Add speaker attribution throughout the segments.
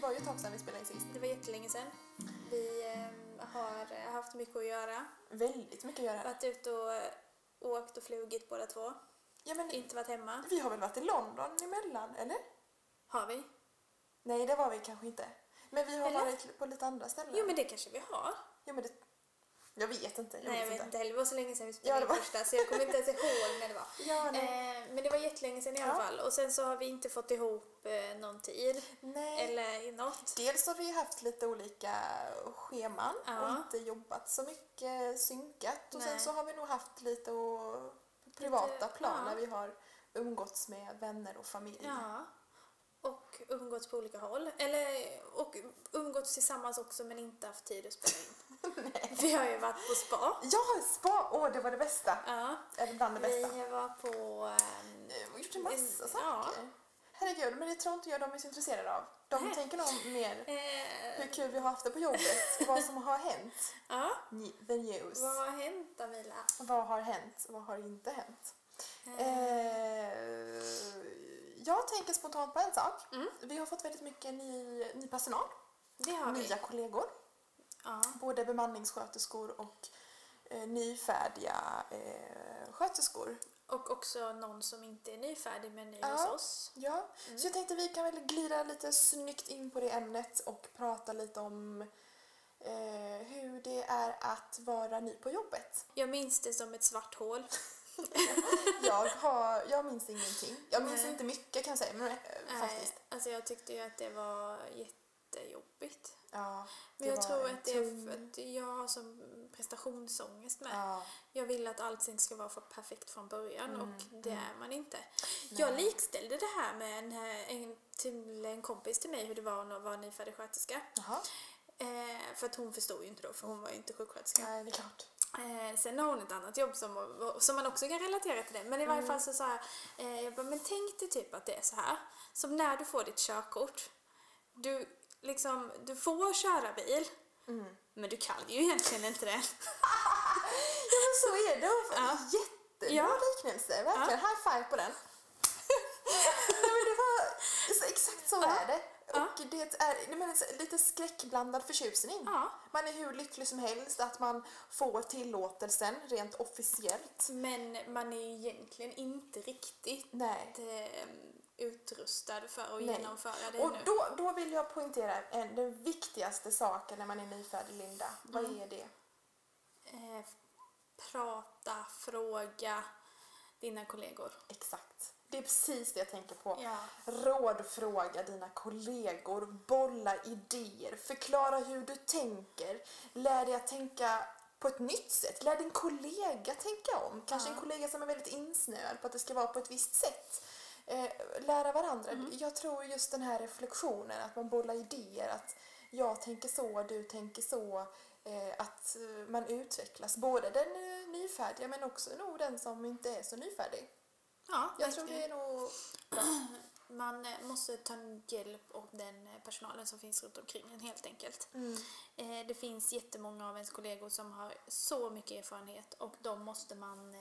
Speaker 1: var ju ett tag sedan vi spelade in sist.
Speaker 2: Det var jättelänge sedan. Vi har haft mycket att göra.
Speaker 1: Väldigt mycket att göra.
Speaker 2: Varit ute och åkt och flugit båda två.
Speaker 1: Ja, men
Speaker 2: Inte varit hemma.
Speaker 1: vi har väl varit i London emellan, eller?
Speaker 2: Har vi?
Speaker 1: Nej, det var vi kanske inte. Men vi har
Speaker 2: Eller?
Speaker 1: varit på lite andra ställen.
Speaker 2: Jo, men det kanske vi har.
Speaker 1: Ja, men det... Jag vet inte.
Speaker 2: Nej, jag vet inte heller. Det var så länge sedan vi
Speaker 1: Ja,
Speaker 2: spelade
Speaker 1: det
Speaker 2: in
Speaker 1: var-
Speaker 2: första, så jag kommer inte ens ihåg när det var.
Speaker 1: Ja, nej.
Speaker 2: Men det var jättelänge sedan i alla
Speaker 1: Ja.
Speaker 2: fall. Och sen så har vi inte fått ihop någon tid.
Speaker 1: Nej.
Speaker 2: Eller något.
Speaker 1: Dels har vi haft lite olika scheman
Speaker 2: Ja.
Speaker 1: och inte jobbat så mycket synkat. Och sen
Speaker 2: Nej.
Speaker 1: så har vi nog haft lite och privata plan
Speaker 2: ja.
Speaker 1: när vi har umgåtts med vänner och familj.
Speaker 2: Ja. Och umgåtts på olika håll. Och umgåtts tillsammans också, men inte haft tid att spela in. Vi har ju varit på spa.
Speaker 1: Ja, spa! Det var det bästa.
Speaker 2: Ja.
Speaker 1: Eller bland det bästa.
Speaker 2: Vi var på...
Speaker 1: Vi har gjort en massa saker.
Speaker 2: Ja.
Speaker 1: Herregud, men det tror inte jag de är så intresserade av. De
Speaker 2: Nej.
Speaker 1: tänker nog mer hur
Speaker 2: Eh,
Speaker 1: kul vi har haft det på jobbet och vad som har hänt.
Speaker 2: ja.
Speaker 1: The news.
Speaker 2: Vad har hänt, Amila?
Speaker 1: Vad har hänt och vad har inte hänt?
Speaker 2: Eh,
Speaker 1: Jag tänker spontant på en sak.
Speaker 2: Mm.
Speaker 1: Vi har fått väldigt mycket ny personal.
Speaker 2: det har vi.
Speaker 1: Nya kollegor.
Speaker 2: Ja.
Speaker 1: Både bemanningssköterskor och nyfärdiga sköterskor.
Speaker 2: Och också någon som inte är nyfärdig men ny
Speaker 1: Ja.
Speaker 2: hos oss.
Speaker 1: Ja, så jag tänkte vi kan väl glida lite snyggt in på det ämnet och prata lite om hur det är att vara ny på jobbet.
Speaker 2: Jag minns det som ett svart hål.
Speaker 1: Jag minns ingenting. Jag minns
Speaker 2: Nej.
Speaker 1: inte mycket kan jag säga, men faktiskt.
Speaker 2: Nej, alltså jag tyckte ju att det var jättejobbigt.
Speaker 1: Ja,
Speaker 2: Men jag
Speaker 1: var
Speaker 2: tror
Speaker 1: en
Speaker 2: att det är
Speaker 1: tung-
Speaker 2: för att jag har som prestationsångest med.
Speaker 1: Ja,
Speaker 2: Jag vill att allting ska vara för perfekt från början och det är man inte.
Speaker 1: Nej.
Speaker 2: Jag likställde det här med en kompis till mig hur det var att vara nyfärdig sköterska.
Speaker 1: jaha.
Speaker 2: För att hon förstod ju inte då, för hon var ju inte sjuksköterska.
Speaker 1: Nej, det är klart.
Speaker 2: Sen har hon ett annat jobb som man också kan relatera till det. Men i varje fall så sa jag bara, men tänk dig typ att det är så här. Som när du får ditt körkort. Du får köra bil. Men du kan ju egentligen inte det.
Speaker 1: Ja, men så är det.
Speaker 2: Ja.
Speaker 1: Jättebra
Speaker 2: Ja.
Speaker 1: liknelse. Verkligen. High five på den. Nej, men det var så, exakt så är det.
Speaker 2: Ja.
Speaker 1: Och det är lite skräckblandad förtjusning.
Speaker 2: Ja.
Speaker 1: Man är hur lycklig som helst att man får tillåtelsen rent officiellt.
Speaker 2: Men man är ju egentligen inte riktigt
Speaker 1: Nej.
Speaker 2: utrustad för att
Speaker 1: Nej.
Speaker 2: genomföra det
Speaker 1: Och
Speaker 2: nu.
Speaker 1: då vill jag poängtera den viktigaste saken när man är nyfärdig, Linda. Vad är det?
Speaker 2: Prata, fråga dina kollegor.
Speaker 1: Exakt. Det är precis det jag tänker på.
Speaker 2: Ja.
Speaker 1: Rådfråga dina kollegor, bolla idéer, förklara hur du tänker, lär dig att tänka på ett nytt sätt, lär din kollega tänka om. Kanske en kollega som är väldigt insnöad på att det ska vara på ett visst sätt. Lära varandra. Jag tror just den här reflektionen, att man bollar idéer, att jag tänker så, du tänker så, att man utvecklas. Både den nyfärdiga men också nog den som inte är så nyfärdig.
Speaker 2: Ja,
Speaker 1: Jag tror det är nog bra.
Speaker 2: Man måste ta hjälp av den personalen som finns runt omkring en helt enkelt. Det finns jättemånga av ens kollegor som har så mycket erfarenhet och de måste man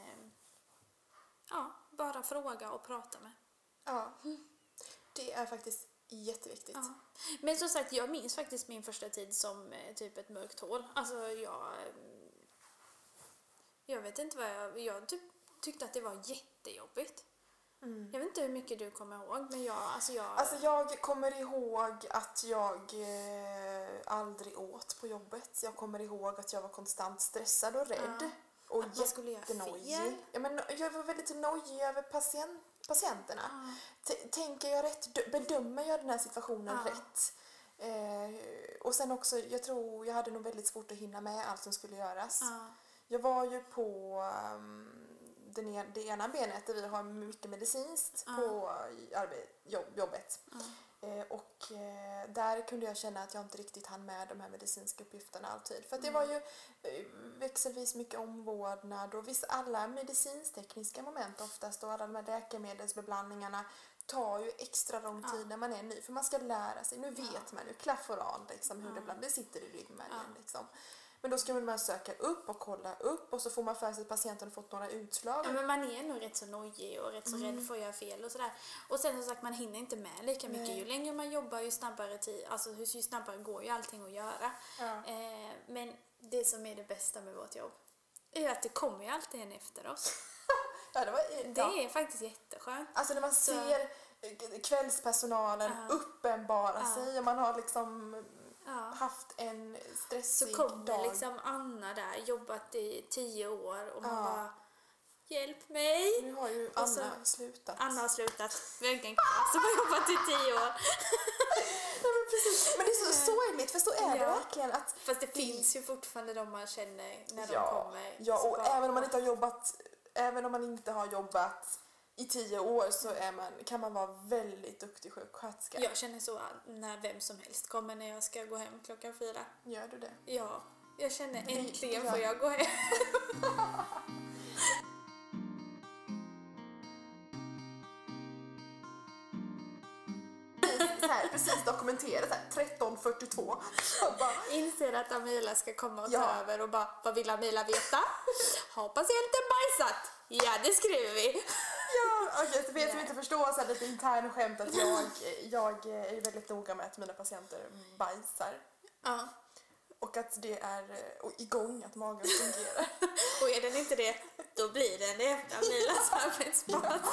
Speaker 2: bara fråga och prata med.
Speaker 1: Ja, det är faktiskt jätteviktigt.
Speaker 2: Ja. Men som sagt, jag minns faktiskt min första tid som typ ett mörkt hål. Alltså jag vet inte vad jag tyckte att det var jättejobbigt. Jag vet inte hur mycket du kommer ihåg, men
Speaker 1: jag kommer ihåg att jag aldrig åt på jobbet. Jag kommer ihåg att jag var konstant stressad och rädd. Och
Speaker 2: att man skulle göra
Speaker 1: jättenojig.
Speaker 2: fel.
Speaker 1: Ja, men jag var väldigt nojig över patienterna. Tänker jag rätt? Bedömer jag den här situationen rätt? Och sen också, jag tror jag hade nog väldigt svårt att hinna med allt som skulle göras. Jag var ju på det ena benet där vi har mycket medicinskt på jobbet. Och där kunde jag känna att jag inte riktigt hann med de här medicinska uppgifterna alltid. För att det var ju växelvis mycket omvårdnad och alla medicinstekniska moment oftast och alla de här läkemedelsbeblandningarna tar ju extra lång tid när man är ny. För man ska lära sig, nu vet man ju klaff och rad liksom, hur det sitter i ryggmärgen liksom. Men då ska man söka upp och kolla upp och så får man för sig att patienten har fått några utslag.
Speaker 2: Ja, men man är nog rätt så nojig och rätt så rädd för att göra fel och sådär. Och sen som sagt, man hinner inte med lika mycket.
Speaker 1: Nej.
Speaker 2: Ju längre man jobbar, ju snabbare ju snabbare går ju allting att göra.
Speaker 1: Ja.
Speaker 2: Men det som är det bästa med vårt jobb är att det kommer ju alltid en efter oss.
Speaker 1: Ja,
Speaker 2: Det är faktiskt jätteskönt.
Speaker 1: Alltså när man ser kvällspersonalen uppenbara sig och man har liksom haft en stressig
Speaker 2: Så kommer
Speaker 1: dag.
Speaker 2: liksom Anna där, jobbat i 10 år och man bara, hjälp mig.
Speaker 1: Nu har ju
Speaker 2: Och så-
Speaker 1: Anna slutat.
Speaker 2: Anna har slutat. Vi har ingen kvar som har jobbat i 10 år.
Speaker 1: Nej, men precis. Men det är så sorgligt, för så är det verkligen att...
Speaker 2: Fast det finns ju fortfarande de man känner när de
Speaker 1: Ja,
Speaker 2: kommer.
Speaker 1: ja,
Speaker 2: Så
Speaker 1: och
Speaker 2: bara-
Speaker 1: även om man inte har jobbat i 10 år så kan man vara väldigt duktig sjuksköterska.
Speaker 2: Jag känner så när vem som helst kommer när jag ska gå hem 4:00.
Speaker 1: Gör du det?
Speaker 2: Ja, jag känner äntligen
Speaker 1: ja.
Speaker 2: får jag gå hem.
Speaker 1: Precis dokumenterat, 13:42. Jag bara,
Speaker 2: Inser att Amila ska komma och ta över och bara, vad vill Amila veta? Har patienten bajsat? Ja, det skriver vi.
Speaker 1: okej, så vet som inte förstår så här lite intern skämt att jag är väldigt noga med att mina patienter bajsar.
Speaker 2: Ja.
Speaker 1: Och att det är igång, att magen fungerar.
Speaker 2: Och är den inte det, då blir den det efter Amilas arbetspass.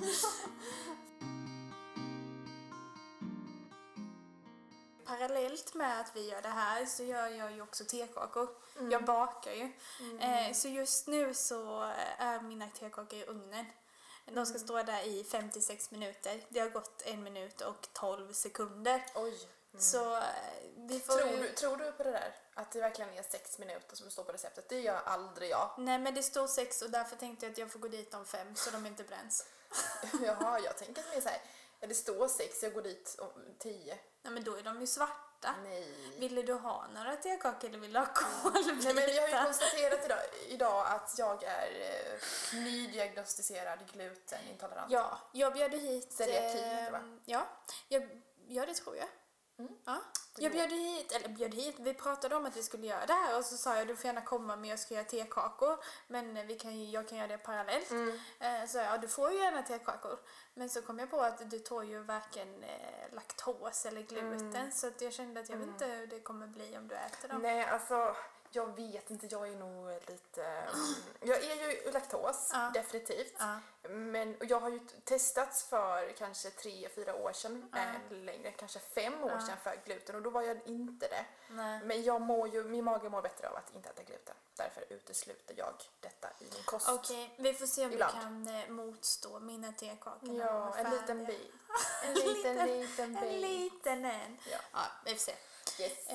Speaker 2: Parallellt med att vi gör det här så gör jag ju också tekakor. Jag bakar ju. Så just nu så är mina tekakor i ugnen. De ska stå där i 56 minuter. Det har gått 1 minut och 12 sekunder.
Speaker 1: Oj.
Speaker 2: Så vi får
Speaker 1: Tror du på det där? Att det verkligen är 6 minuter som står på receptet? Det gör aldrig jag.
Speaker 2: Nej, men det står 6 och därför tänkte jag att jag får gå dit om 5 så de inte bränns.
Speaker 1: Jaha, jag tänker att det är så här. Det står 6, jag går dit om 10.
Speaker 2: Nej, men då är de ju svarta.
Speaker 1: Nej.
Speaker 2: Ville du ha några tekakor eller vill du ha kolbitar?
Speaker 1: Nej, men vi har ju konstaterat idag att jag är nydiagnostiserad glutenintolerant.
Speaker 2: Ja, jag bjöd hit...
Speaker 1: Celiaki heter det, va?
Speaker 2: Ja, det tror jag. Ja. Jag bjöd hit, vi pratade om att vi skulle göra det här och så sa jag du får gärna komma men jag ska göra tekakor men jag kan göra det parallellt. Så ja, du får ju gärna tekakor. Men så kom jag på att du tål ju varken laktos eller gluten så att jag kände att jag vet inte hur det kommer bli om du äter dem.
Speaker 1: Nej, alltså jag vet inte, jag är nog lite... jag är ju laktos, definitivt. Men jag har ju testats för kanske 3-4 år sedan, eller längre, kanske 5 år sedan för gluten och då var jag inte det.
Speaker 2: Nej.
Speaker 1: Men min mage mår bättre av att inte äta gluten. Därför utesluter jag detta i min kost.
Speaker 2: Okej, vi får se om
Speaker 1: Ibland.
Speaker 2: vi kan motstå mina tekakor.
Speaker 1: Ja, en liten bit. En liten bit.
Speaker 2: En liten en.
Speaker 1: Ja.
Speaker 2: Vi får se.
Speaker 1: Yes.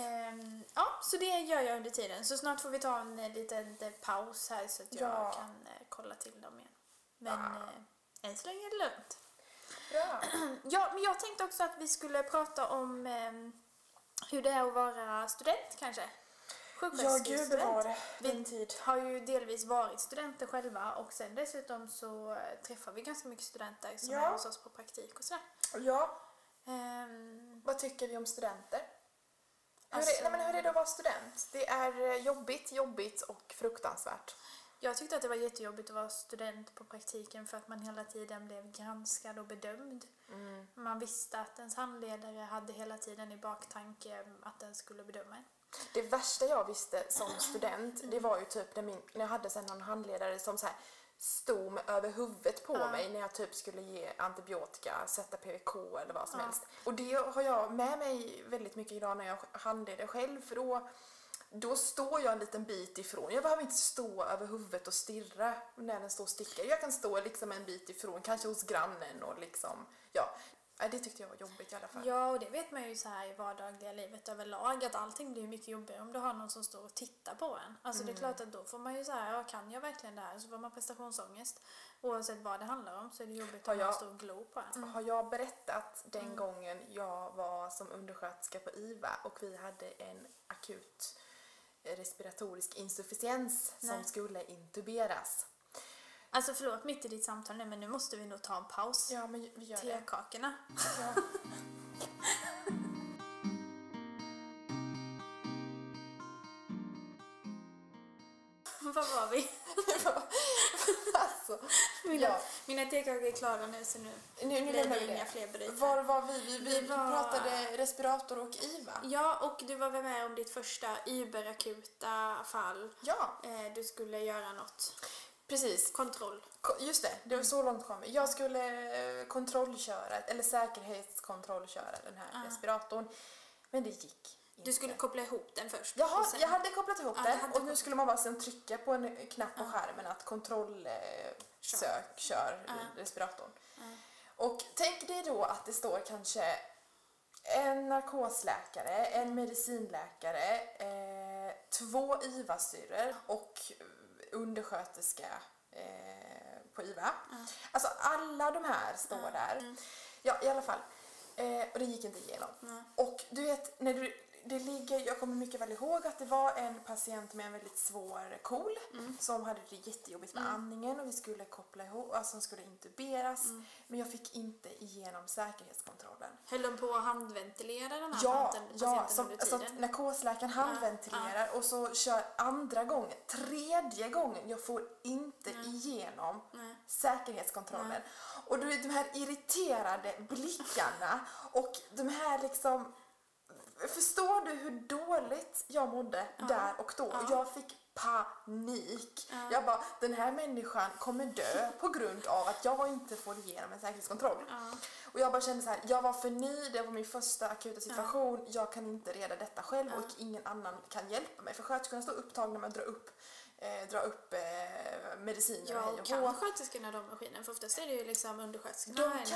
Speaker 2: Så det gör jag under tiden. Så snart får vi ta en liten paus här så att jag kan kolla till dem igen. Men än så länge är det lugnt.
Speaker 1: Bra.
Speaker 2: Ja, men jag tänkte också att vi skulle prata om hur det är att vara student kanske.
Speaker 1: Ja, gud bevare din
Speaker 2: Vi
Speaker 1: tid.
Speaker 2: har ju delvis varit studenter själva och sen dessutom så träffar vi ganska mycket studenter som är hos oss på praktik och sådär.
Speaker 1: Ja,
Speaker 2: Vad
Speaker 1: tycker vi om studenter?
Speaker 2: Alltså-
Speaker 1: Hur är det att vara student? Det är jobbigt och fruktansvärt.
Speaker 2: Jag tyckte att det var jättejobbigt att vara student på praktiken för att man hela tiden blev granskad och bedömd. Man visste att ens handledare hade hela tiden i baktanke att den skulle bedöma en.
Speaker 1: Det värsta jag visste som student, det var ju typ när jag hade sen någon handledare som så här stod med över huvudet på mig när jag typ skulle ge antibiotika, sätta PVK eller vad som helst. Och det har jag med mig väldigt mycket idag när jag handleder själv, för då står jag en liten bit ifrån. Jag behöver inte stå över huvudet och stirra när den står och stickar. Jag kan stå liksom en bit ifrån, kanske hos grannen och liksom, det tyckte jag var jobbigt i alla fall.
Speaker 2: Ja, och det vet man ju så här i vardagliga livet överlag att allting blir mycket jobbigare om du har någon som står och tittar på en. Alltså det är klart att då får man ju så här, kan jag verkligen det här? Så får man prestationsångest. Oavsett vad det handlar om så är det jobbigt om man står och glor på en.
Speaker 1: Har jag berättat den gången jag var som undersköterska på IVA och vi hade en akut respiratorisk insufficiens som skulle intuberas?
Speaker 2: Alltså förlåt mitt i ditt samtal nu men nu måste vi nog ta en paus.
Speaker 1: Ja, men vi gör det.
Speaker 2: Tekakorna.
Speaker 1: Ja.
Speaker 2: Var var vi?
Speaker 1: Alltså,
Speaker 2: Mina tekakor är klara nu så nu
Speaker 1: nu
Speaker 2: blir
Speaker 1: lämnar
Speaker 2: det
Speaker 1: vi
Speaker 2: inga
Speaker 1: det.
Speaker 2: fler bryt.
Speaker 1: Var var vi? Vi
Speaker 2: var-
Speaker 1: pratade respirator och IVA.
Speaker 2: Ja, och du var väl med om ditt första überakuta fall.
Speaker 1: Ja,
Speaker 2: Du skulle göra något.
Speaker 1: precis.
Speaker 2: Kontroll.
Speaker 1: Just det var så långt kom vi. Jag skulle kontrollköra, eller säkerhetskontrollköra den här respiratorn. Men det gick inte.
Speaker 2: Du skulle koppla ihop den först.
Speaker 1: Jaha,
Speaker 2: och sen-
Speaker 1: jag hade kopplat ihop
Speaker 2: Ja,
Speaker 1: den
Speaker 2: du hade
Speaker 1: och nu
Speaker 2: kopplat-
Speaker 1: skulle man bara sen trycka på en knapp på skärmen att kör respiratorn. Och tänk dig då att det står kanske en narkosläkare, en medicinläkare, 2 IVA-syrror och undersköterska på IVA. Alltså alla de här står där. Ja, i alla fall. Och det gick inte igenom. Och du vet, när det ligger, jag kommer mycket väl ihåg att det var en patient med en väldigt svår KOL som hade det jättejobbigt med andningen och vi skulle koppla ihop, alltså hon skulle intuberas, men jag fick inte igenom säkerhetskontrollen.
Speaker 2: Höll de på att handventilera den här
Speaker 1: Ja,
Speaker 2: patienten under
Speaker 1: så
Speaker 2: tiden?
Speaker 1: att narkosläkaren handventilerar och så kör andra gången, tredje gången, jag får inte igenom säkerhetskontrollen. Och du vet de här irriterade blickarna och de här liksom, förstår du hur dåligt jag mådde där och då? Jag fick panik. Jag bara, den här människan kommer dö på grund av att jag inte får igenom en säkerhetskontroll. Och jag bara kände så här, jag var för ny, det var min första akuta situation, jag kan inte reda detta själv och ingen annan kan hjälpa mig. För sköterskorna står upptagna med att dra upp mediciner och hej och
Speaker 2: kan
Speaker 1: hå.
Speaker 2: sköterskorna de maskinen? För oftast är det ju liksom undersköterskorna.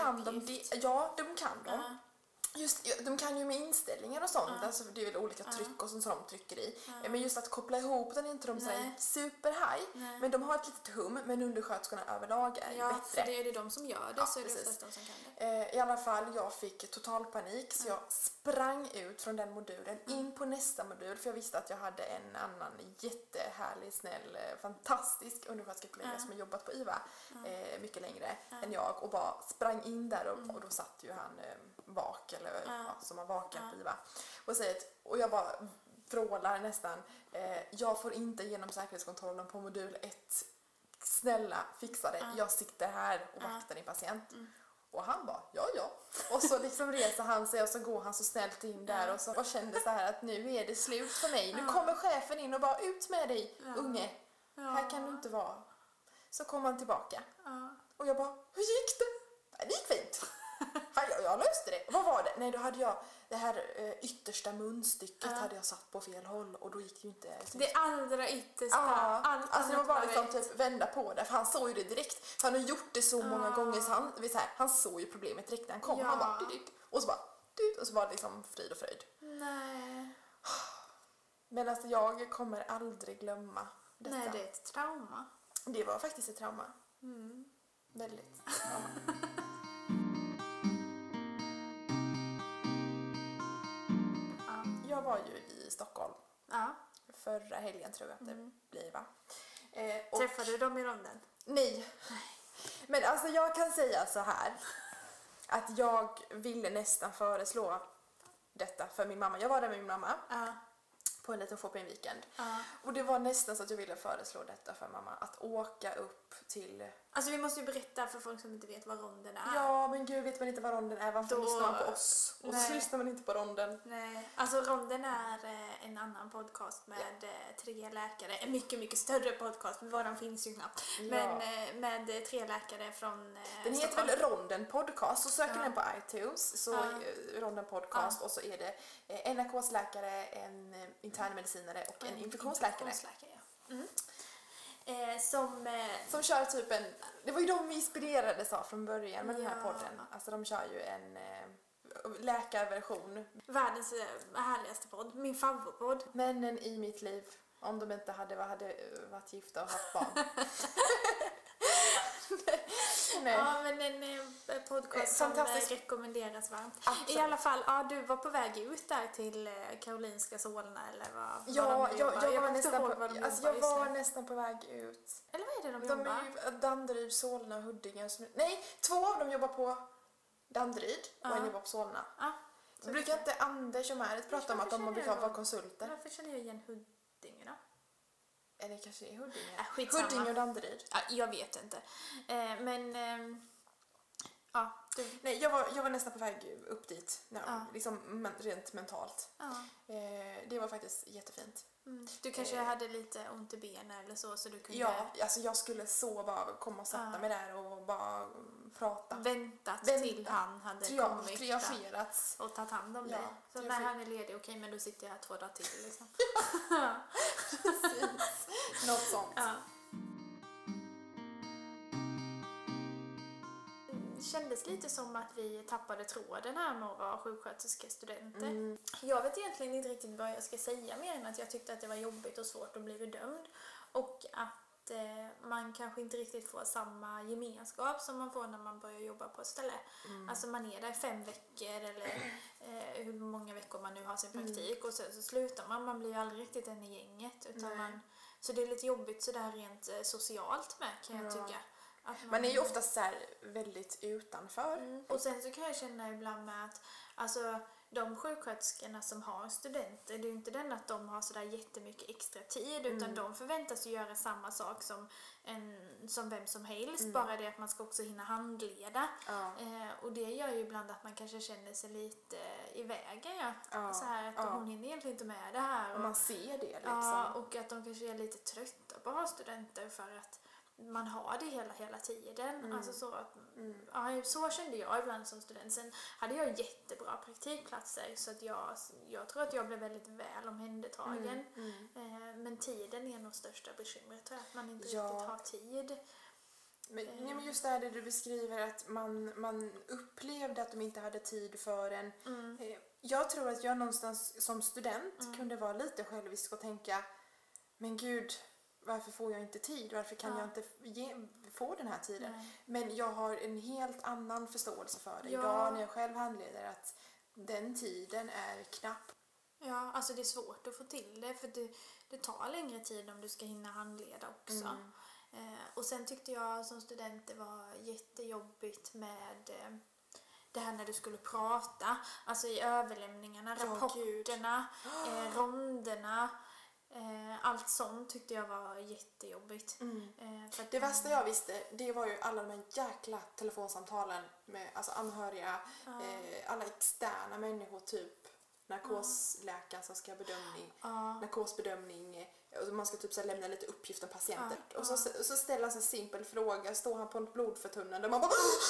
Speaker 1: De kan de. Just, de kan ju med inställningar och sånt, alltså det är väl olika tryck och sånt som de trycker i. Men just att koppla ihop den är inte de såhär superhaj. Men de har ett litet hum, men undersköterskorna överlag är
Speaker 2: Ja,
Speaker 1: bättre.
Speaker 2: för det är det de som gör det, så är det oftast de som kan det.
Speaker 1: I alla fall, jag fick total panik så jag sprang ut från den modulen in på nästa modul för jag visste att jag hade en annan jättehärlig, snäll, fantastisk undersköterskekollega som har jobbat på IVA mycket längre än jag och bara sprang in där och då satt ju han bak eller som har vakat på IVA och jag bara vrålar nästan, jag får inte igenom säkerhetskontrollen på modul 1, snälla fixa det, jag sitter här och vaktar din patient. Och han bara, ja. Och så liksom reser han sig och så går han så snällt in där och kände så här att nu är det slut för mig. Nu kommer chefen in och bara, ut med dig, unge. Här kan du inte vara. Så kom han tillbaka. Och jag bara, hur gick det? Det gick fint. Jag löste det. Vad var det? Nej, då hade jag det här yttersta munstycket hade jag satt på fel håll och då gick det ju inte.
Speaker 2: Det allra yttersta.
Speaker 1: Alltså det var bara liksom typ vända på det för han såg ju det direkt. För han har gjort det så många gånger så han såg ju problemet direkt när han kom. Han bara och så var det liksom frid och fröjd.
Speaker 2: Nej.
Speaker 1: Men alltså jag kommer aldrig glömma detta.
Speaker 2: Nej, det är ett trauma.
Speaker 1: Det var faktiskt ett trauma. Väldigt trauma. Jag var ju i Stockholm förra helgen tror jag att det blir va?
Speaker 2: Träffade du dem i ronden?
Speaker 1: Nej. Men alltså jag kan säga så här att jag ville nästan föreslå detta för min mamma. Jag var där med min mamma på en liten shoppingweekend. Och det var nästan så att jag ville föreslå detta för mamma att åka upp till...
Speaker 2: Alltså vi måste ju berätta för folk som inte vet vad ronden är.
Speaker 1: Ja, men gud, vet man inte vad ronden är, varför lyssnar man på oss? Och så lyssnar man inte på ronden.
Speaker 2: Nej, alltså ronden är en annan podcast med 3 läkare. En mycket, mycket större podcast, men våran finns ju knappt. Men med 3 läkare från
Speaker 1: Den heter väl Ronden Podcast, så söker den på iTunes, så Ronden Podcast och så är det en narkosläkare, en internmedicinare och en infektionsläkare. Som kör typ en... Det var ju de vi inspirerades av från början med den här podden. Alltså de kör ju en läkarversion.
Speaker 2: Världens härligaste podd. Min favoritpodd.
Speaker 1: Männen i mitt liv. Om de inte hade varit gifta och haft barn. Nej.
Speaker 2: Ja, men en podcast som rekommenderas varmt.
Speaker 1: Absolut.
Speaker 2: I alla fall, du var på väg ut där till Karolinska Solna eller vad?
Speaker 1: Ja, jag var nästan på väg ut.
Speaker 2: Eller vad är det de
Speaker 1: jobbar?
Speaker 2: De
Speaker 1: är ju Danderyd, Solna och Huddinge. Nej, 2 av dem jobbar på Danderyd och en jobbar på Solna. Brukar inte Anders och Märit prata om att de brukar vara konsulter?
Speaker 2: Varför känner jag igen Huddinge då?
Speaker 1: Är det det kanske är Huddinge.
Speaker 2: Skitsamma.
Speaker 1: Huddinge och Danderyd.
Speaker 2: Ja, jag vet inte.
Speaker 1: Nej, jag var nästan på väg upp dit. Liksom rent mentalt. Det var faktiskt jättefint.
Speaker 2: Du kanske hade lite ont i benen eller så du kunde...
Speaker 1: Ja, alltså jag skulle så bara komma och sätta mig där och bara prata.
Speaker 2: Väntat till han hade kommit
Speaker 1: triagerats
Speaker 2: och tagit hand om dig. Så när han är ledig, okej, men då sitter jag här 2 dagar till liksom.
Speaker 1: Precis. Något sånt.
Speaker 2: Ja. Kändes lite som att vi tappade tråden här med att vara sjuksköterskestudenter. Jag vet egentligen inte riktigt vad jag ska säga mer än att jag tyckte att det var jobbigt och svårt att bli bedömd. Och att man kanske inte riktigt får samma gemenskap som man får när man börjar jobba på ett ställe. Alltså man är där 5 veckor eller hur många veckor man nu har sin praktik och så slutar man blir ju aldrig riktigt en i gänget. Utan så det är lite jobbigt sådär rent socialt med, kan jag tycka.
Speaker 1: Man är ju oftast så här väldigt utanför.
Speaker 2: Och sen så kan jag känna ibland med att alltså, de sjuksköterskorna som har studenter, det är ju inte den att de har sådär jättemycket extra tid utan de förväntas ju göra samma sak som vem som helst, bara det att man ska också hinna handleda. Och det gör ju ibland att man kanske känner sig lite i vägen. Så här att hon hinner egentligen inte med det här.
Speaker 1: Och man ser det liksom.
Speaker 2: Ja, och att de kanske är lite trötta på att ha studenter för att man har det hela tiden. Alltså så att, så kände jag ibland som student. Sen hade jag jättebra praktikplatser så att jag tror att jag blev väldigt väl omhändertagen. Men tiden är nog största bekymret, tror jag, att man inte riktigt har tid.
Speaker 1: Men just det här det du beskriver att man upplevde att de inte hade tid för en. Jag tror att jag någonstans som student kunde vara lite självisk och tänka, men gud, varför får jag inte tid? Varför kan jag inte få den här tiden? Men jag har en helt annan förståelse för det idag när jag själv handleder, att den tiden är knapp.
Speaker 2: Ja, alltså det är svårt att få till det för det tar längre tid om du ska hinna handleda också. Och sen tyckte jag som student det var jättejobbigt med det här när du skulle prata, alltså i överlämningarna, rapporterna, ronderna. Allt sånt tyckte jag var jättejobbigt. För att
Speaker 1: det värsta jag visste, det var ju alla de här jäkla telefonsamtalen med alltså anhöriga, alla externa människor, typ narkosläkaren som ska narkosbedömning, och man ska typ så lämna lite uppgift om patienten. Och så ställer han en simpel fråga, står han på en blodförtunnande och man bara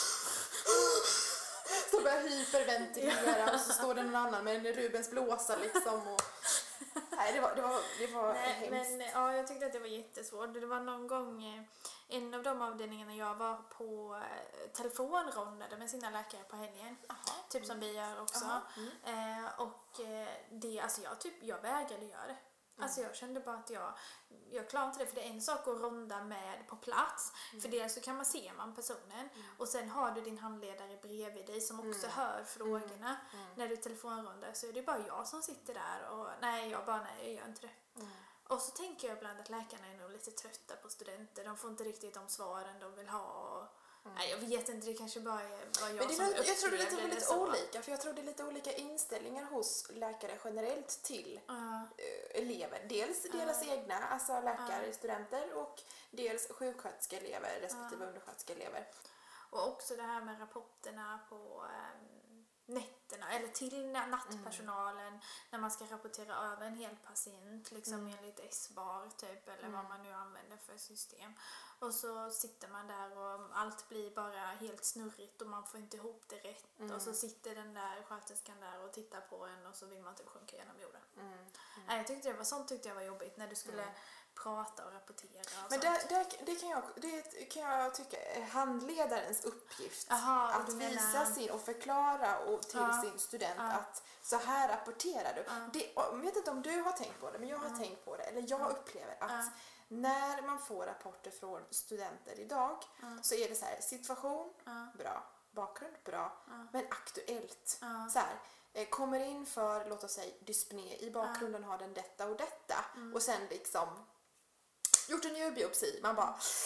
Speaker 1: så börjar hyperventilera och så står det någon annan med en Rubens blåsa liksom och nej, det var hemskt.
Speaker 2: Men jag tyckte att det var jättesvårt. Det var någon gång en av de avdelningarna jag var på telefonrondade med sina läkare på helgen. Typ som vi gör också. Och det, alltså jag vägrade göra det. Alltså jag kände bara att jag klarar inte det, för det är en sak att ronda med på plats, för det så kan man se personen och sen har du din handledare bredvid dig som också hör frågorna. När du telefonrondar så är det bara jag som sitter där och jag gör inte det. Och så tänker jag ibland att läkarna är nog lite trötta på studenter, de får inte riktigt de svaren de vill ha. Nej, jag vet inte, det kanske bara var jag som upplevde det.
Speaker 1: Jag tror det är lite olika, för jag tror det är lite olika inställningar hos läkare generellt till elever. Dels deras egna, alltså läkare, studenter, och dels sjuksköterskeelever respektive undersköterskeelever.
Speaker 2: Och också det här med rapporterna på nätterna, eller till nattpersonalen när man ska rapportera över en hel patient liksom enligt S-bar typ, eller vad man nu använder för system. Och så sitter man där och allt blir bara helt snurrigt och man får inte ihop det rätt. Och så sitter den där sköterskan där och tittar på en och så vill man typ sjunka genom jorden. Jag tyckte sånt tyckte jag var jobbigt när du skulle prata och rapportera och
Speaker 1: men det kan jag tycka är handledarens uppgift. Att visa sin och förklara till sin student att så här rapporterar du. Jag vet inte om du har tänkt på det, men jag har tänkt på det. Eller jag upplever att när man får rapporter från studenter idag så är det så här: situation, bra. Bakgrund, bra. Men aktuellt. Så här, kommer in för, låt oss säga, dyspné. I bakgrunden har den detta och detta. Och sen liksom gjort en njurbiopsi. Man bara,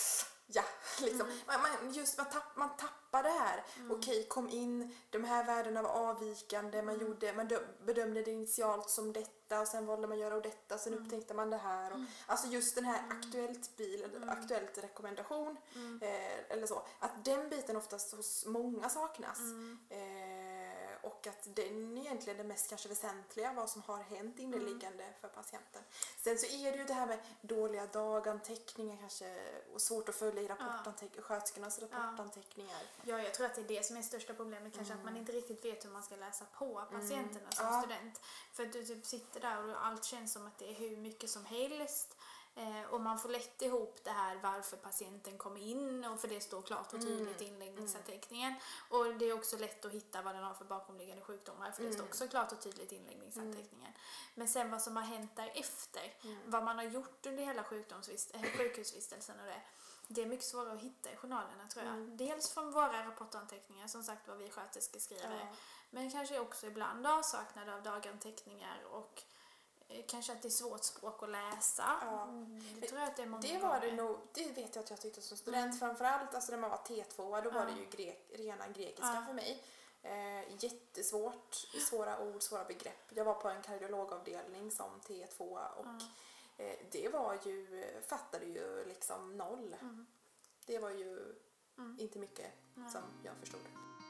Speaker 1: Ja, liksom. Man tappar det här. Okej, kom in, de här värdena var avvikande, man bedömde det initialt som detta och sen valde man göra detta, sen upptäckte man det här. Och, alltså just den här aktuellt rekommendation eller så, att den biten oftast hos många saknas. Och att den egentligen är det mest kanske väsentliga, vad som har hänt inneliggande för patienten. Sen så är det ju det här med dåliga daganteckningar kanske, och svårt att följa i sköterskornas rapportanteckningar.
Speaker 2: Ja, jag tror att det är det som är största problemet, kanske att man inte riktigt vet hur man ska läsa på patienterna som student. För att du typ sitter där och allt känns som att det är hur mycket som helst. Och man får lätt ihop det här varför patienten kommer in, och för det står klart och tydligt i inläggningsanteckningen. Och det är också lätt att hitta vad den har för bakomliggande sjukdomar, för det står också klart och tydligt i inläggningsanteckningen. Men sen vad som har hänt därefter, vad man har gjort under hela sjukhusvistelsen och det är mycket svårare att hitta i journalerna, tror jag. Dels från våra rapportanteckningar, som sagt, vad vi sköterskor skriver, men kanske också ibland avsaknad av daganteckningar och kanske att det är svårt språk att läsa. Det tror jag att det är många
Speaker 1: det vet jag att jag tyckte som student framförallt, alltså när man var T2, då var det ju rena grekiska för mig. Jättesvårt, svåra ord, svåra begrepp. Jag var på en kardiologavdelning som T2 och det var ju, fattade ju liksom noll. Det var ju inte mycket som jag förstod.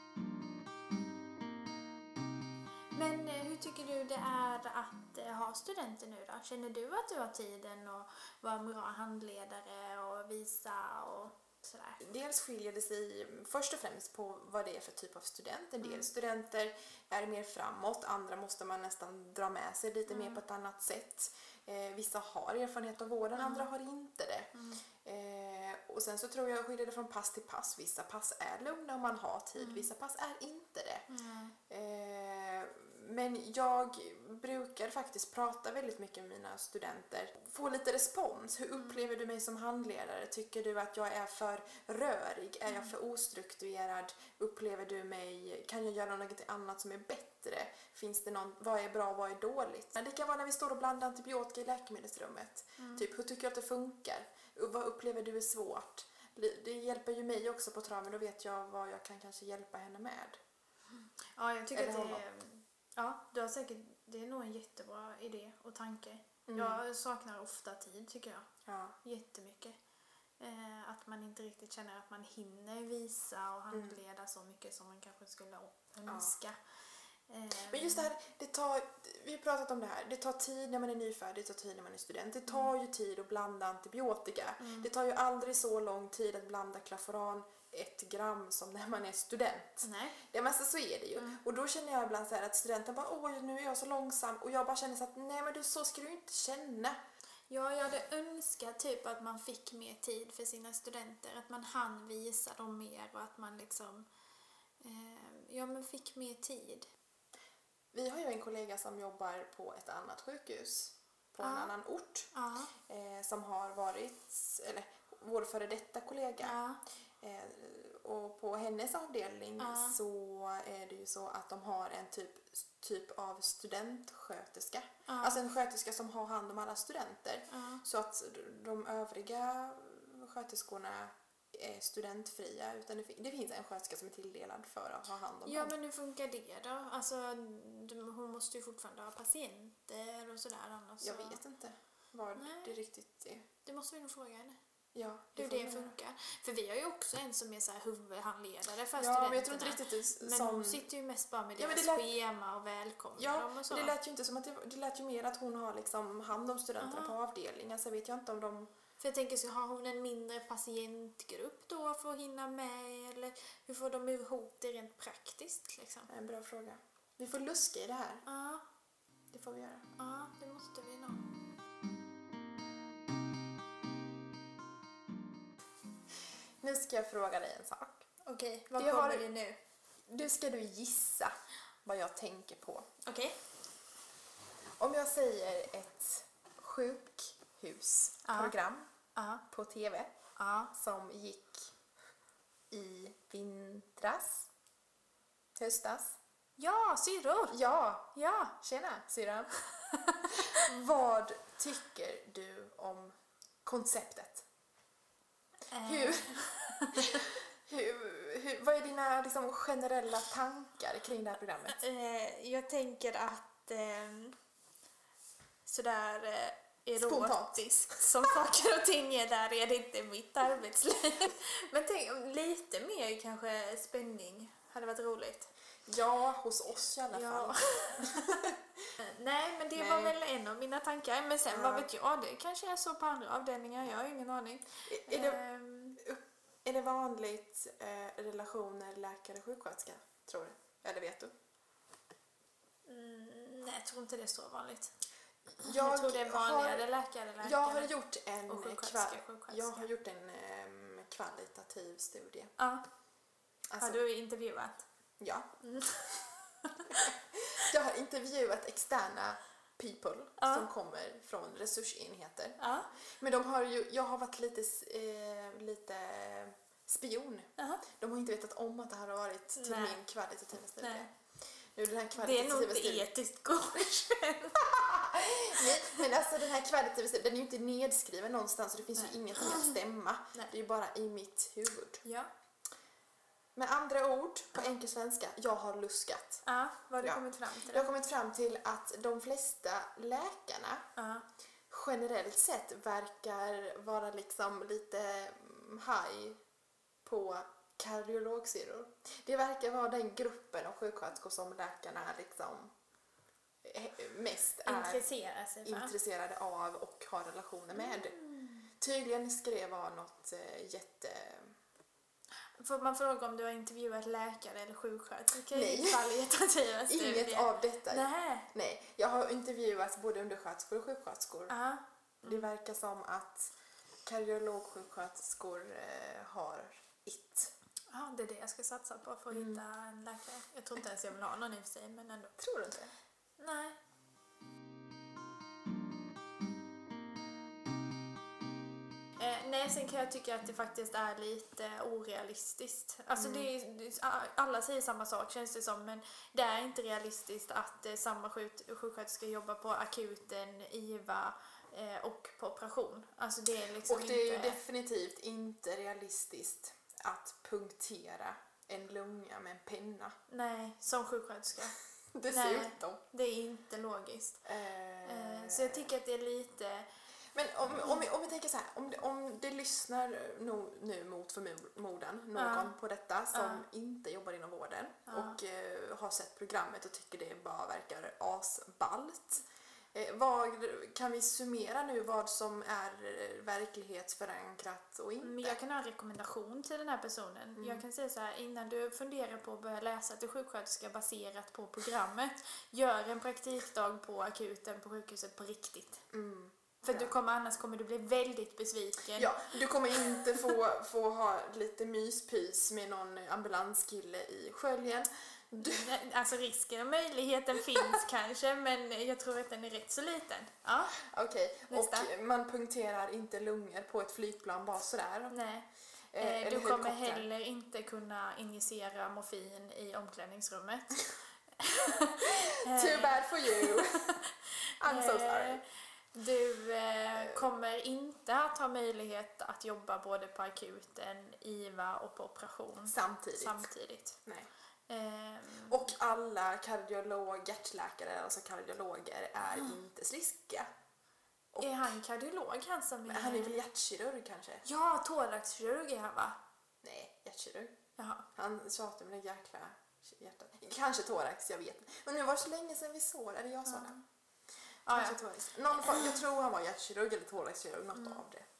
Speaker 2: Men hur tycker du det är att ha studenter nu då? Känner du att du har tiden att vara en bra handledare och visa och sådär?
Speaker 1: Dels skiljer det sig först och främst på vad det är för typ av student. En del studenter är mer framåt, andra måste man nästan dra med sig lite mer på ett annat sätt. Vissa har erfarenhet av vården, andra har inte det. Och sen så tror jag skiljer det från pass till pass. Vissa pass är lugna om man har tid, vissa pass är inte det. Men jag brukar faktiskt prata väldigt mycket med mina studenter. Få lite respons. Hur upplever du mig som handledare? Tycker du att jag är för rörig? Är jag för ostrukturerad? Upplever du mig? Kan jag göra något annat som är bättre? Finns det vad är bra och vad är dåligt? Det kan vara när vi står och blandar antibiotika i läkemedelsrummet. Typ, hur tycker jag att det funkar? Vad upplever du är svårt? Det hjälper ju mig också på traven. Då vet jag vad jag kan kanske hjälpa henne med.
Speaker 2: Ja, jag tycker att du har säkert, det är nog en jättebra idé och tanke. Jag saknar ofta tid, tycker jag.
Speaker 1: Ja.
Speaker 2: Jättemycket. Att man inte riktigt känner att man hinner visa och handleda så mycket som man kanske skulle önska.
Speaker 1: Men just det här, vi har pratat om det här, det tar tid när man är nyfärdig, det tar tid när man är student. Det tar ju tid att blanda antibiotika. Det tar ju aldrig så lång tid att blanda Claforan 1 gram som när man är student.
Speaker 2: Nej.
Speaker 1: Ja, men så är det ju. Och då känner jag ibland så här att studenten bara, nu är jag så långsam. Och jag bara känner så att, nej men så ska du inte känna.
Speaker 2: Ja, jag hade önskat typ att man fick mer tid för sina studenter. Att man hann visa dem mer och att man liksom, men fick mer tid.
Speaker 1: Vi har ju en kollega som jobbar på ett annat sjukhus på en annan ort som har varit, eller vår före detta kollega. Och på hennes avdelning så är det ju så att de har en typ av studentsköterska. Alltså en sköterska som har hand om alla studenter. Så att de övriga sköterskorna är studentfria, utan det finns en sköterska som är tilldelad för att ha hand om dem.
Speaker 2: Men hur funkar det då? Alltså, hon måste ju fortfarande ha patienter och sådär annars.
Speaker 1: Jag vet inte vad det riktigt är.
Speaker 2: Det måste vi nog fråga henne.
Speaker 1: Ja,
Speaker 2: hur det funkar. För vi har ju också en som är så här huvudhandledare för
Speaker 1: studenterna. Men jag tror inte riktigt
Speaker 2: men hon sitter ju mest bara med deras schema och välkomnar dem och så.
Speaker 1: Det lät ju inte som att det lät ju mer att hon har liksom hand om studenterna på avdelningen. Så vet jag inte om de...
Speaker 2: För jag tänker, så har hon en mindre patientgrupp då för att hinna med? Eller hur får de ihop det rent praktiskt liksom?
Speaker 1: En bra fråga. Vi får luska i det här.
Speaker 2: Ja.
Speaker 1: Det får vi göra.
Speaker 2: Ja, det måste vi nog.
Speaker 1: Nu ska jag fråga dig en sak.
Speaker 2: Okej, vad kommer det nu?
Speaker 1: Du ska gissa vad jag tänker på.
Speaker 2: Okej.
Speaker 1: Om jag säger ett sjukhusprogram på TV som gick i höstas.
Speaker 2: Ja, syrror!
Speaker 1: Ja. Tjena, syrran. Vad tycker du om konceptet? Hur, vad är dina liksom, generella tankar kring det här programmet?
Speaker 2: Jag tänker att sådär erotiskt som saker och ting är där är det inte mitt arbetsliv. Men tänk, lite mer kanske spänning hade varit roligt.
Speaker 1: Ja, hos oss i alla fall.
Speaker 2: Nej, men det var väl en av mina tankar. Men sen, vad vet jag, det kanske är så på andra avdelningar, jag har ingen aning.
Speaker 1: Är det vanligt relationer läkare-sjuksköterska, tror du? Eller vet du?
Speaker 2: Nej, jag tror inte det är så vanligt. Jag tror det är vanligare läkare.
Speaker 1: Jag har gjort en kvalitativ studie.
Speaker 2: Ja.
Speaker 1: Alltså,
Speaker 2: har du intervjuat?
Speaker 1: Ja. Jag har intervjuat externa people som kommer från resursenheter. Men jag har varit lite spion. De har inte vetat om att det här har varit till min kvalitativa studie.
Speaker 2: Nej.
Speaker 1: Nu, den här
Speaker 2: det är nog inte etiskt godkänt.
Speaker 1: Nej, men alltså den här kvalitativa studien, den är ju inte nedskriven någonstans, så det finns ju ingenting att stämma. Nej. Det är ju bara i mitt huvud.
Speaker 2: Ja.
Speaker 1: Med andra ord, på enkel svenska, jag har luskat.
Speaker 2: Ja, vad har du kommit fram till?
Speaker 1: Jag har kommit fram till att de flesta läkarna generellt sett verkar vara liksom lite high på kardiologsyror. Det verkar vara den gruppen av sjuksköterskor som läkarna liksom mest är intresserade av och har relationer med. Tydligen ska det vara något
Speaker 2: Får man fråga om du har intervjuat läkare eller sjuksköterska?
Speaker 1: Nej, inget av detta.
Speaker 2: Nej.
Speaker 1: Jag har intervjuat både undersköterskor och sjuksköterskor. Det verkar som att kardiologsjuksköterskor har it.
Speaker 2: Ja, det är det jag ska satsa på för att hitta en läkare. Jag tror inte ens jag vill ha någon i och för sig, men ändå.
Speaker 1: Tror du inte?
Speaker 2: Nej. Nej, sen kan jag tycka att det faktiskt är lite orealistiskt. Alltså alla säger samma sak känns det som, men det är inte realistiskt att samma sjuksköterska jobbar på akuten, IVA och på operation. Alltså det är liksom
Speaker 1: och det är ju definitivt inte realistiskt att punktera en lunga med en penna.
Speaker 2: Nej, som sjuksköterska.
Speaker 1: Dessutom.
Speaker 2: Nej, det är inte logiskt. Så jag tycker att det är lite...
Speaker 1: Men om vi tänker så här, om det lyssnar nu mot förmodan någon på detta som inte jobbar inom vården och har sett programmet och tycker det bara verkar asballt. Kan vi summera nu vad som är verklighetsförankrat och inte?
Speaker 2: Jag kan ha en rekommendation till den här personen. Jag kan säga så här, innan du funderar på att börja läsa till sjuksköterska baserat på programmet, gör en praktikdag på akuten på sjukhuset på riktigt. För annars kommer du bli väldigt besviken.
Speaker 1: Ja, du kommer inte få ha lite myspys med någon ambulanskille i sköljen.
Speaker 2: Alltså risken och möjligheten finns kanske, men jag tror att den är rätt så liten. Ja.
Speaker 1: Okej. Och man punkterar inte lungor på ett flygplan bara sådär.
Speaker 2: Nej. Du kommer heller inte kunna injicera morfin i omklädningsrummet.
Speaker 1: Too bad for you. I'm so sorry.
Speaker 2: Du kommer inte att ha möjlighet att jobba både på akuten, IVA och på operation samtidigt. Nej.
Speaker 1: Och alla hjärtläkare, alltså kardiologer, är inte sliska. Och
Speaker 2: är han kardiolog?
Speaker 1: Han är väl hjärtkirurg kanske?
Speaker 2: Ja, thoraxkirurg är han, va?
Speaker 1: Nej, hjärtkirurg.
Speaker 2: Jaha.
Speaker 1: Han tjatar med det jäkla hjärtat. Kanske thorax, jag vet inte. Men nu var det så länge sedan vi såg, eller jag sa det. Jag tror han var hjärtkirurg eller thoraxkirurg, något av det.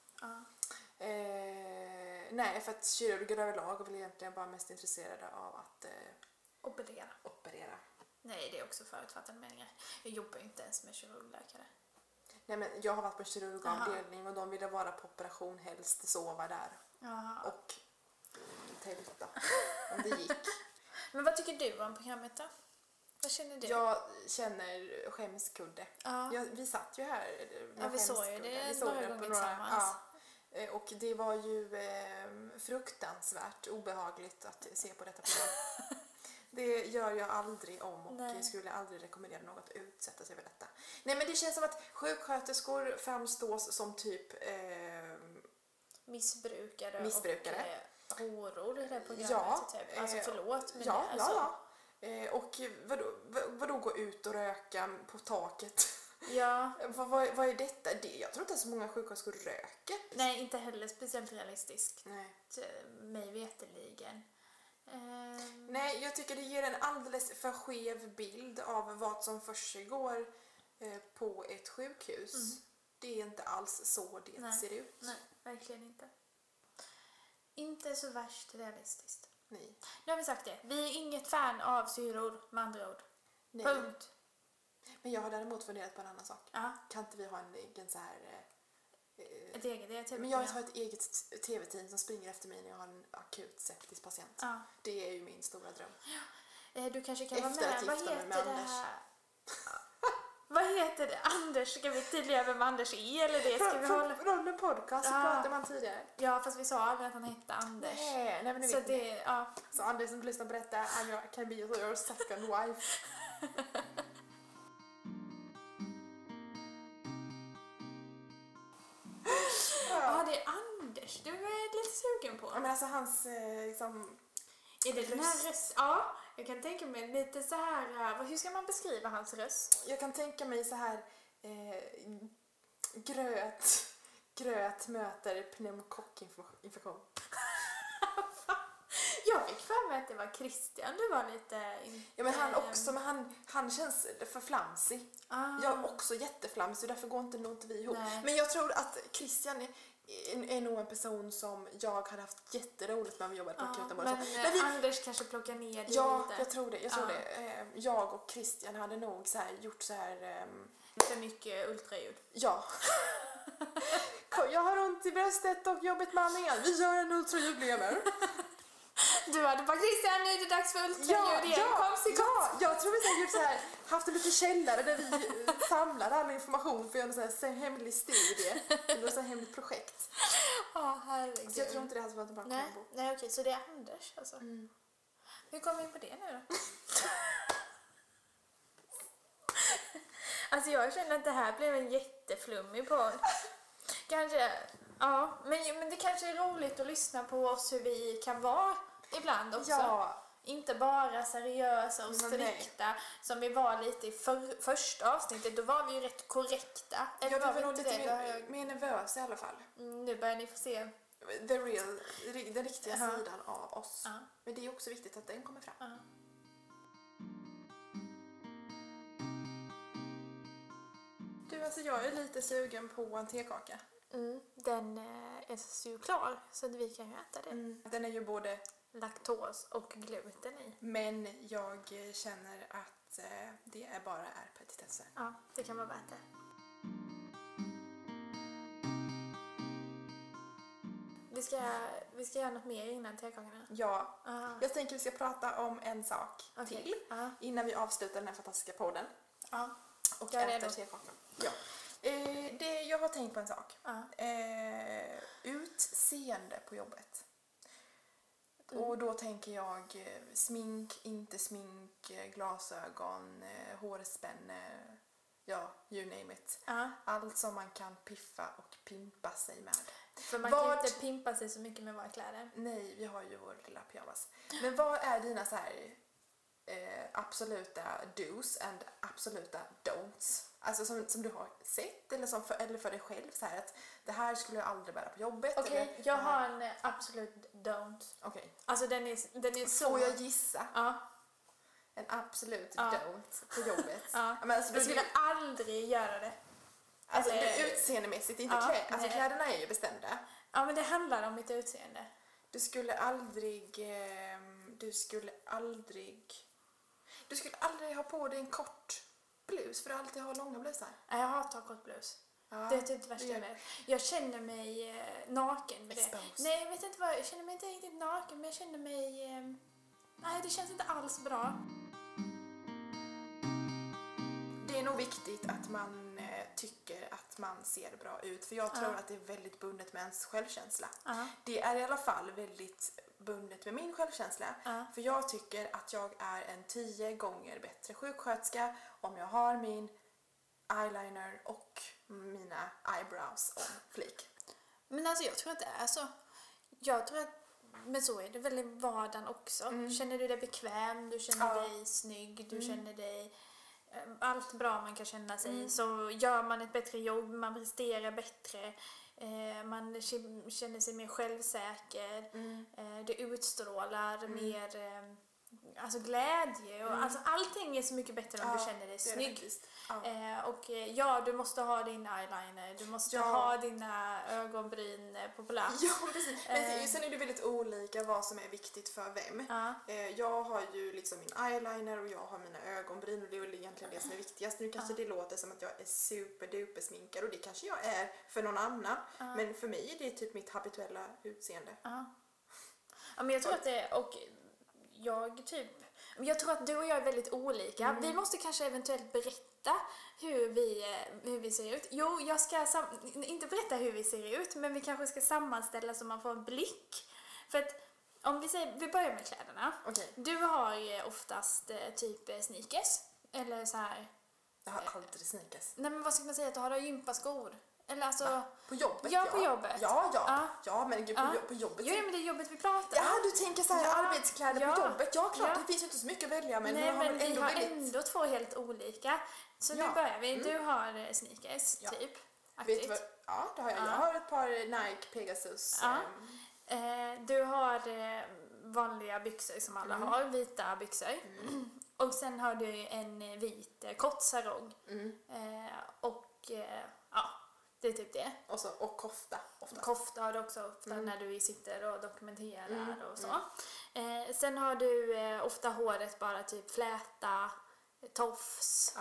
Speaker 1: Nej, för att kirurger överlag är väl egentligen bara mest intresserade av att operera.
Speaker 2: Nej, det är också förutfattade meningar. Jag jobbar ju inte ens med kirurgläkare.
Speaker 1: Nej, men jag har varit på kirurgavdelning och de ville vara på operation, helst sova där. Och tälta om det gick.
Speaker 2: Men vad tycker du om programmet då? Vad känner du?
Speaker 1: Jag känner skämskudde. Vi satt ju här med
Speaker 2: vi såg ju det några gånger tillsammans.
Speaker 1: Och det var ju fruktansvärt obehagligt att se på detta program. Det gör jag aldrig om och jag skulle aldrig rekommendera något att utsätta sig för detta. Nej, men det känns som att sjuksköterskor framstås som typ
Speaker 2: missbrukare. Och horor i det programmet.
Speaker 1: Ja,
Speaker 2: typ. Alltså förlåt, men
Speaker 1: ja,
Speaker 2: det är så.
Speaker 1: ja. Och vadå gå ut och röka på taket?
Speaker 2: Ja.
Speaker 1: Vad är detta? Jag tror inte så många sjuksköterskor röker.
Speaker 2: Nej, inte heller speciellt realistiskt.
Speaker 1: Nej.
Speaker 2: Mig veterligen.
Speaker 1: Nej, jag tycker det ger en alldeles för skev bild av vad som försiggår på ett sjukhus. Det är inte alls så det ser ut.
Speaker 2: Nej, verkligen inte. Inte så värst realistiskt.
Speaker 1: Nej.
Speaker 2: Nu har vi sagt det. Vi är inget fan av syror, med andra ord.
Speaker 1: Nej.
Speaker 2: Punkt.
Speaker 1: Men jag har däremot funderat på en annan sak.
Speaker 2: Ja.
Speaker 1: Kan inte vi ha en egen så här...
Speaker 2: Ett eget TV-team.
Speaker 1: Men jag har ett eget TV-team som springer efter mig när jag har en akut septisk patient.
Speaker 2: Ja.
Speaker 1: Det är ju min stora dröm.
Speaker 2: Du kanske kan
Speaker 1: Efter
Speaker 2: vara
Speaker 1: att
Speaker 2: med.
Speaker 1: gifta mig med Anders.
Speaker 2: Vad heter det? Anders? Ska vi tydliggöra vem Anders är eller det? Ska vi hålla...
Speaker 1: Från en podcast så pratade man tidigare.
Speaker 2: Ja, fast vi sa aldrig att han hette Anders.
Speaker 1: Nej, men
Speaker 2: så det, ja.
Speaker 1: Så Anders som lyssnar på detta, I can be your second wife.
Speaker 2: Ja, det är Anders. Du är lite sugen på.
Speaker 1: Ja, men alltså hans liksom...
Speaker 2: Är det den här röst? Ja, jag kan tänka mig lite så här. Hur ska man beskriva hans röst?
Speaker 1: Jag kan tänka mig så här gröt möter pneumokockinfektion.
Speaker 2: Jag fick för mig att det var Christian. Du var lite...
Speaker 1: Ja, men han också, men han känns för flamsig. Jag är också jätteflamsig, därför går inte vi ihop.
Speaker 2: Nej.
Speaker 1: Men jag tror att Christian är nog en person som jag hade haft jätteroligt med om vi jobbade på akuten.
Speaker 2: Men Anders kanske plockar ner det lite.
Speaker 1: Ja, jag tror det. Jag och Christian hade nog så här, gjort så här...
Speaker 2: För mycket ultraljud.
Speaker 1: Ja. Jag har ont i bröstet och jobbigt med andningen. Vi gör en ultraljudlever.
Speaker 2: Du hade bara Christian, nu är det dags för ultraljud igen.
Speaker 1: Jag tror vi har gjort så här, haft en liten källare där vi samlar all information för att göra en sån här hemlig studie. Eller ett hemligt projekt.
Speaker 2: Herregud.
Speaker 1: Så jag tror inte det här var bara kombo.
Speaker 2: Nej, okej, så det är Anders alltså. Hur kom vi in på det nu då? Alltså jag känner att det här blev en jätteflummig podd. Kanske, ja, men det kanske är roligt att lyssna på oss hur vi kan vara ibland också.
Speaker 1: Ja.
Speaker 2: Inte bara seriösa och strikta som vi var lite i första avsnittet. Då var vi ju rätt korrekta. Eller
Speaker 1: Jag
Speaker 2: var
Speaker 1: var nog
Speaker 2: inte
Speaker 1: lite mer nervös i alla fall.
Speaker 2: Nu börjar ni få se.
Speaker 1: Den riktiga sidan av oss. Men det är också viktigt att den kommer fram. Du, alltså jag är lite sugen på en tekaka.
Speaker 2: Den är ju klar så att vi kan ju äta det.
Speaker 1: Den är ju både
Speaker 2: laktos och gluten i.
Speaker 1: Men jag känner att det bara är petitesser.
Speaker 2: Ja, det kan vara värt det. Vi ska göra något mer innan tekakorna.
Speaker 1: Ja, jag tänker vi ska prata om en sak till innan vi avslutar den här fantastiska podden. Och äter tekakan. Ja. Jag har tänkt på en sak. Utseende på jobbet. Och då tänker jag smink, inte smink, glasögon, hårspänne, ja, you name it. Allt som man kan piffa och pimpa sig med.
Speaker 2: För man kan inte pimpa sig så mycket med våra kläder.
Speaker 1: Nej, vi har ju vår lilla pyjamas. Men vad är dina så här absoluta do's and absoluta don'ts? Alltså som du har sett eller för dig själv så här att det här skulle jag aldrig bära på jobbet.
Speaker 2: Okej, jag har en absolut don't.
Speaker 1: Okej.
Speaker 2: Alltså den är så...
Speaker 1: Får jag gissa?
Speaker 2: Ja.
Speaker 1: En absolut don't på jobbet.
Speaker 2: Men alltså, jag skulle aldrig göra det.
Speaker 1: Alltså utseendemässigt, inte kläder. Alltså kläderna är ju bestämda.
Speaker 2: Ja, men det handlar om mitt utseende.
Speaker 1: Du skulle aldrig ha på dig en kort blus för du alltid har långa blusar.
Speaker 2: Nej, jag hatar kort blus. Det är typ det värsta jag vet. Jag känner mig naken med det. Nej, jag vet inte vad. Jag känner mig inte riktigt naken, men jag känner mig... nej, det känns inte alls bra.
Speaker 1: Det är nog viktigt att man tycker att man ser bra ut. För jag tror att det är väldigt bundet med ens självkänsla. Det är i alla fall väldigt bundet med min självkänsla. För jag tycker att jag är en 10 gånger bättre sjuksköterska om jag har min eyeliner och mina eyebrows om flik.
Speaker 2: Men alltså jag tror att det är så. Jag tror att, men så är det väl i vardagen också. Känner du dig bekväm, du känner dig snygg, du känner dig allt bra man kan känna sig, så gör man ett bättre jobb, man presterar bättre, man känner sig mer självsäker, det utstrålar mer alltså glädje och alltså allting är så mycket bättre om du känner dig snygg. Och du måste ha din eyeliner, du måste ha dina ögonbryn på plats.
Speaker 1: Ja, precis. Men sen är det väldigt olika vad som är viktigt för vem. Jag har ju liksom min eyeliner och jag har mina ögonbryn och det är väl egentligen det som är viktigast. Nu kanske det låter som att jag är superduper sminkad och det kanske jag är för någon annan. Men för mig är det typ mitt habituella utseende.
Speaker 2: Ja, men jag tror att det, och jag tror att du och jag är väldigt olika. Vi måste kanske eventuellt berätta hur vi ser ut. Jo, jag ska inte berätta hur vi ser ut, men vi kanske ska sammanställa så man får en blick. För att om vi börjar med kläderna.
Speaker 1: Okay.
Speaker 2: Du har ju oftast typ sneakers eller så här.
Speaker 1: Jag har aldrig sneakers.
Speaker 2: Nej, men vad ska man säga, att du har gympaskor? Eller alltså,
Speaker 1: på jobbet?
Speaker 2: Ja, på jobbet.
Speaker 1: Ja, men gud, på jobbet.
Speaker 2: Jo, men det är jobbet vi pratar om.
Speaker 1: Ja, du tänker så här arbetskläder på jobbet. Ja, klart, det finns ju inte så mycket att välja, men
Speaker 2: nej, men
Speaker 1: vi har
Speaker 2: ändå två helt olika. Så nu börjar vi. Du har sneakers, typ.
Speaker 1: Vet du vad? Ja, det har jag. Jag har ett par Nike Pegasus.
Speaker 2: Du har vanliga byxor som alla har, vita byxor. Och sen har du en vit kort sarong. Det är typ det.
Speaker 1: Och kofta. Oftast.
Speaker 2: Kofta har du också ofta när du sitter och dokumenterar och så. Sen har du ofta håret bara typ fläta, tofs,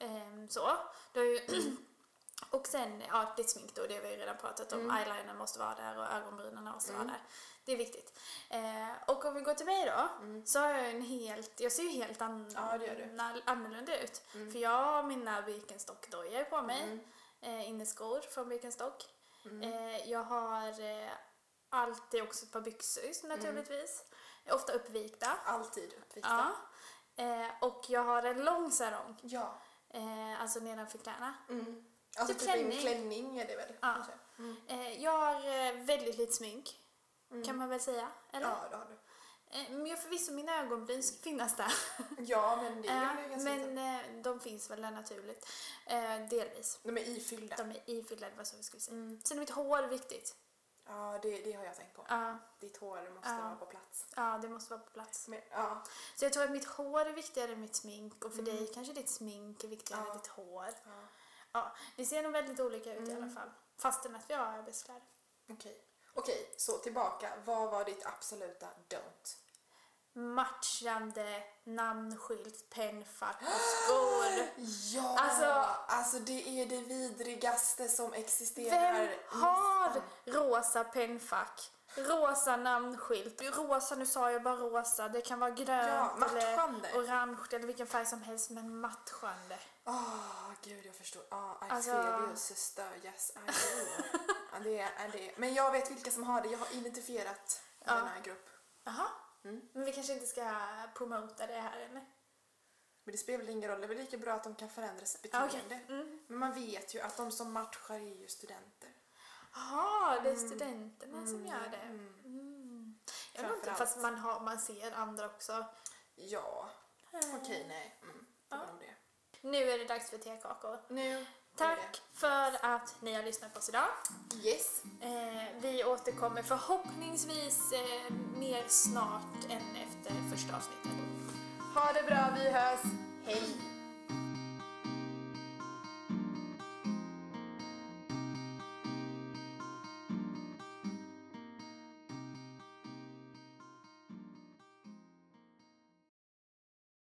Speaker 2: så. Du har ju och sen, ditt smink då, det har vi ju redan pratat om. Eyeliner måste vara där och ögonbrynen måste vara där. Det är viktigt. Och om vi går till mig då, så har jag jag ser ju helt annorlunda ut. För jag har mina Birkenstock-dojor på mig. Inneskor från Birkenstock. Jag har alltid också ett par byxor naturligtvis. Ofta uppvikta.
Speaker 1: Alltid uppvikta.
Speaker 2: Och jag har en lång sarong.
Speaker 1: Ja.
Speaker 2: Alltså nedanför knäna.
Speaker 1: Alltså typ en klänning är det väl?
Speaker 2: Ja. Jag har väldigt lite smink. Kan man väl säga? Eller?
Speaker 1: Ja, det har du.
Speaker 2: Men jag förvisso mina ögonbryn ska finnas där.
Speaker 1: Ja, men det är ju ganska
Speaker 2: men de finns väl där naturligt. Delvis.
Speaker 1: De är ifyllda.
Speaker 2: Det var så vi skulle säga. Sen är mitt hår viktigt.
Speaker 1: Ja, det har jag tänkt på. Ditt hår måste vara på plats.
Speaker 2: Ja, det måste vara på plats.
Speaker 1: Men,
Speaker 2: så jag tror att mitt hår är viktigare än mitt smink. Och för dig kanske ditt smink är viktigare än ditt hår. Vi ser nog väldigt olika ut i alla fall. Fastän att vi har arbetskläder.
Speaker 1: Okej, så tillbaka. Vad var ditt absoluta don't?
Speaker 2: Matchande namnskylt, pennfack och skor.
Speaker 1: Ja, alltså det är det vidrigaste som existerar.
Speaker 2: Vem har rosa pennfack? Rosa namnskylt. Rosa, nu sa jag bara rosa. Det kan vara grönt eller orange eller vilken färg som helst, men matchande.
Speaker 1: Gud, jag förstår. I feel you, sister. Yes, I do. det är. Men jag vet vilka som har det. Jag har identifierat den här grupp.
Speaker 2: Jaha. Men vi kanske inte ska promota det här, eller?
Speaker 1: Men det spelar väl ingen roll. Det är väl lika bra att de kan förändra sitt beteende. Men man vet ju att de som matchar är ju studenter.
Speaker 2: Jaha, det är studenterna som gör det. Jag vet inte, fast man ser andra också.
Speaker 1: Ja. Okej, nej. Det var nog det.
Speaker 2: Nu är det dags för tekakor. Tack för att ni har lyssnat på oss idag.
Speaker 1: Yes.
Speaker 2: Vi återkommer förhoppningsvis mer snart än efter första avsnittet.
Speaker 1: Ha det bra, vi hörs. Hej!